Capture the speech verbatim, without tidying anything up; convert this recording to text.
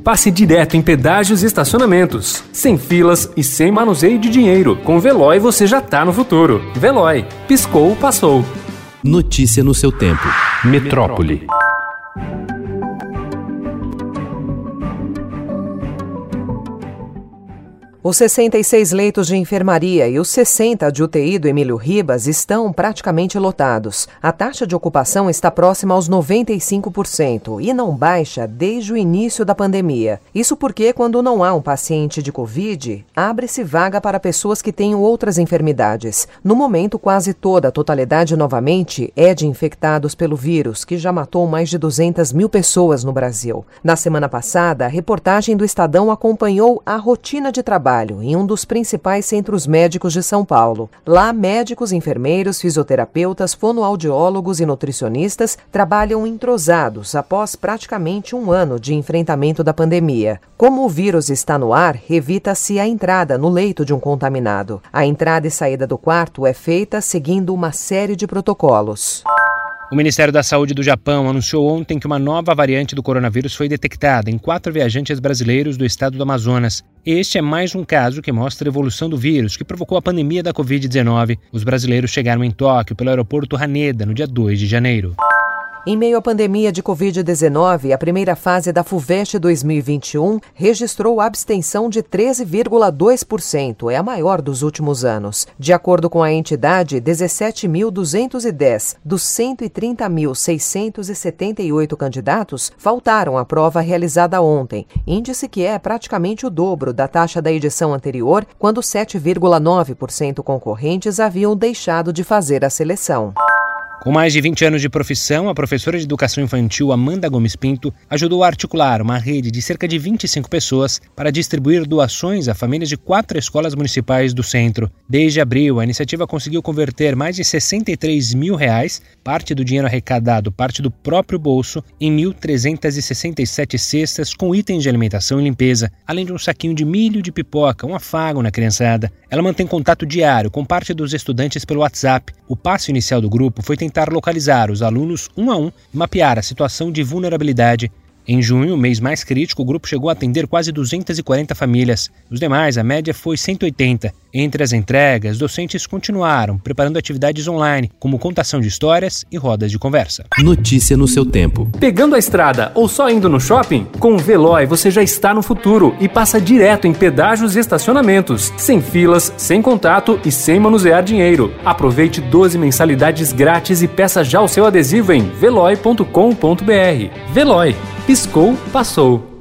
Passe direto em pedágios e estacionamentos, sem filas e sem manuseio de dinheiro. Com Veloy você já tá no futuro. Veloy. Piscou, passou. Notícia no seu tempo. Metrópole. Os sessenta e seis leitos de enfermaria e os sessenta de U T I do Emílio Ribas estão praticamente lotados. A taxa de ocupação está próxima aos noventa e cinco por cento e não baixa desde o início da pandemia. Isso porque, quando não há um paciente de Covid, abre-se vaga para pessoas que tenham outras enfermidades. No momento, quase toda a totalidade novamente é de infectados pelo vírus, que já matou mais de duzentas mil pessoas no Brasil. Na semana passada, a reportagem do Estadão acompanhou a rotina de trabalho em um dos principais centros médicos de São Paulo. Lá, médicos, enfermeiros, fisioterapeutas, fonoaudiólogos e nutricionistas trabalham entrosados após praticamente um ano de enfrentamento da pandemia. Como o vírus está no ar, evita-se a entrada no leito de um contaminado. A entrada e saída do quarto é feita seguindo uma série de protocolos. O Ministério da Saúde do Japão anunciou ontem que uma nova variante do coronavírus foi detectada em quatro viajantes brasileiros do estado do Amazonas. Este é mais um caso que mostra a evolução do vírus que provocou a pandemia da covid dezenove. Os brasileiros chegaram em Tóquio pelo aeroporto Haneda no dia dois de janeiro. Em meio à pandemia de covid dezenove, a primeira fase da FUVEST dois mil e vinte e um registrou abstenção de treze vírgula dois por cento, é a maior dos últimos anos. De acordo com a entidade, dezessete mil duzentos e dez dos cento e trinta mil seiscentos e setenta e oito candidatos faltaram à prova realizada ontem, índice que é praticamente o dobro da taxa da edição anterior, quando sete vírgula nove por cento concorrentes haviam deixado de fazer a seleção. Com mais de vinte anos de profissão, a professora de educação infantil Amanda Gomes Pinto ajudou a articular uma rede de cerca de vinte e cinco pessoas para distribuir doações a famílias de quatro escolas municipais do centro. Desde abril, a iniciativa conseguiu converter mais de sessenta e três mil reais, parte do dinheiro arrecadado, parte do próprio bolso, em mil trezentas e sessenta e sete cestas com itens de alimentação e limpeza, além de um saquinho de milho de pipoca, um afago na criançada. Ela mantém contato diário com parte dos estudantes pelo WhatsApp. O passo inicial do grupo foi tentar tentar localizar os alunos um a um e mapear a situação de vulnerabilidade. Em junho, o mês mais crítico, o grupo chegou a atender quase duzentas e quarenta famílias. Os demais, a média foi cento e oitenta. Entre as entregas, docentes continuaram preparando atividades online, como contação de histórias e rodas de conversa. Notícia no seu tempo. Pegando a estrada ou só indo no shopping? Com o Veloy você já está no futuro e passa direto em pedágios e estacionamentos, sem filas, sem contato e sem manusear dinheiro. Aproveite doze mensalidades grátis e peça já o seu adesivo em veloy ponto com ponto br. Veloy. Piscou, passou.